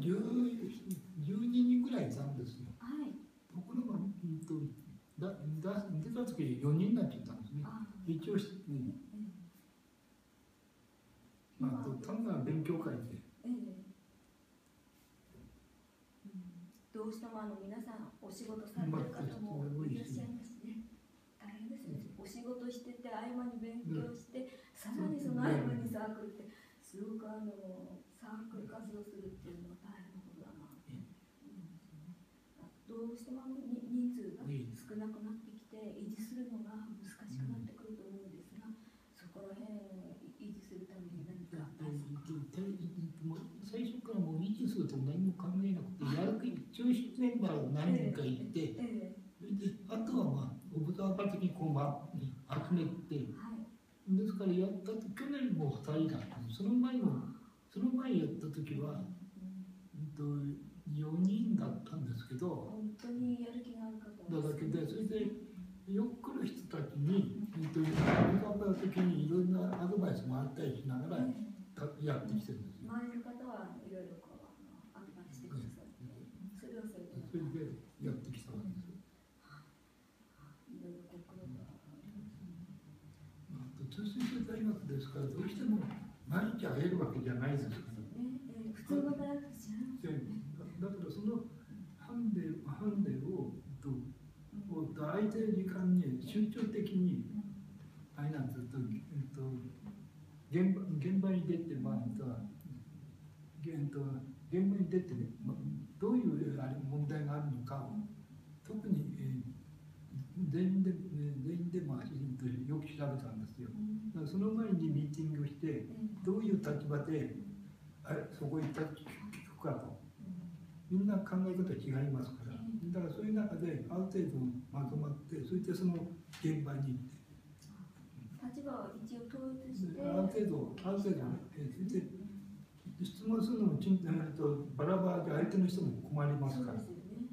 12人ぐらいいたんですよ。 はい。 ところが、出た時4人になっちゃったんですね。一応単なる勉強会で。 どうしても皆さんお仕事されてる方もいらっしゃいますね。大変ですね。お仕事してて合間に勉強して、さらにその合間にサークルってすごくサークル活動するっていうのは大変なことだなって思うんですよね。どうしても人数が少なくなってきて維持するのが難しくなってくると思うんですが、そこら辺を維持するために何か対策。 最初からもう維持すると何も考えなくて、中心メンバーを何人かいて、あとはオブザーバー的にこう集めて、ですからやったと去年も2人だったんです。その前やった時は、4人だったんですけど、 本当にやる気がある方だけで、それでよく来る人たちに、オブザーバー的にいろんなアドバイスもあったりしながらやってきてるんですよ。 周りの方はいろいろアドバイスしてくださって、それでやってきたわけです。 いろいろご苦労が通信制大学ですから、どうしても毎日会えるわけじゃないですからね。 普通の大学と違いますね。 だからそのハンデを空いてる時間に集中的にあれなんですと現場に出て現場に出てね、どういう問題があるのかを特に、全員でよく調べたんですよ。だからその前にミーティングをして、どういう立場でそこに聞くかと。みんな考え方違いますから、だからそういう中である程度まとまって、そしてその現場に行って。 立場は一応統一して。 ある程度ね、それで質問するのもバラバラで相手の人も困りますから。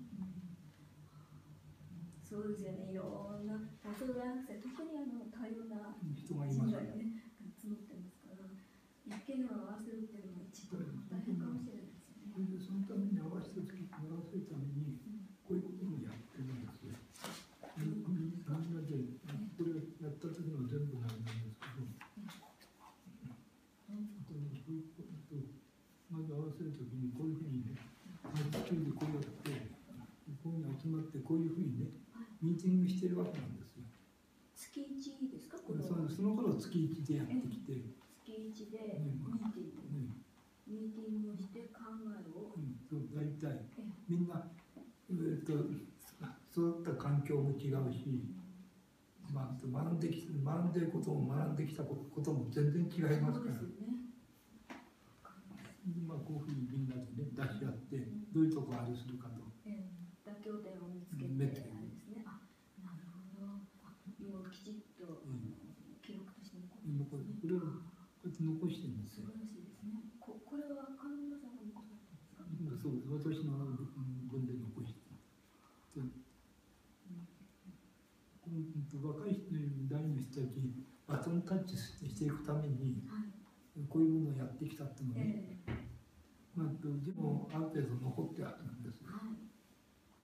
そうですよね。いろんな細大学生、特に多様な人がいますからね、募ってますから、意見を合わせるっていうのが一番大変かもしれないですよね。 そのために合わせるために、こういうこともやってるんですよ。みんなで、これやった時の全部なんですけど、まず合わせる時にこういうふうにね、地球でこうやって、こういうふうに集まって、こういうふうにね、ミーティングしてるわけなんですよ。 月1ですか？ その頃月1でやってきて。 月1でミーティングをして考えを。 大体みんな育った環境も違うし、学んでることも学んできたことも全然違いますから。こういうふうにみんなでね出し合って、どういうとこあれするかと。 妥協点を見つけてあれですね。なるほど。今きちっと記録として残ってますね。 これをこうやって残してるんですよ。 素晴らしいですね。これは金村さんが残されたんですか？ そうです。私の分で残して。若い代の人たちにバトンタッチしていくために、こういうものをやってきたっていうのね、でもある程度残ってあるんです。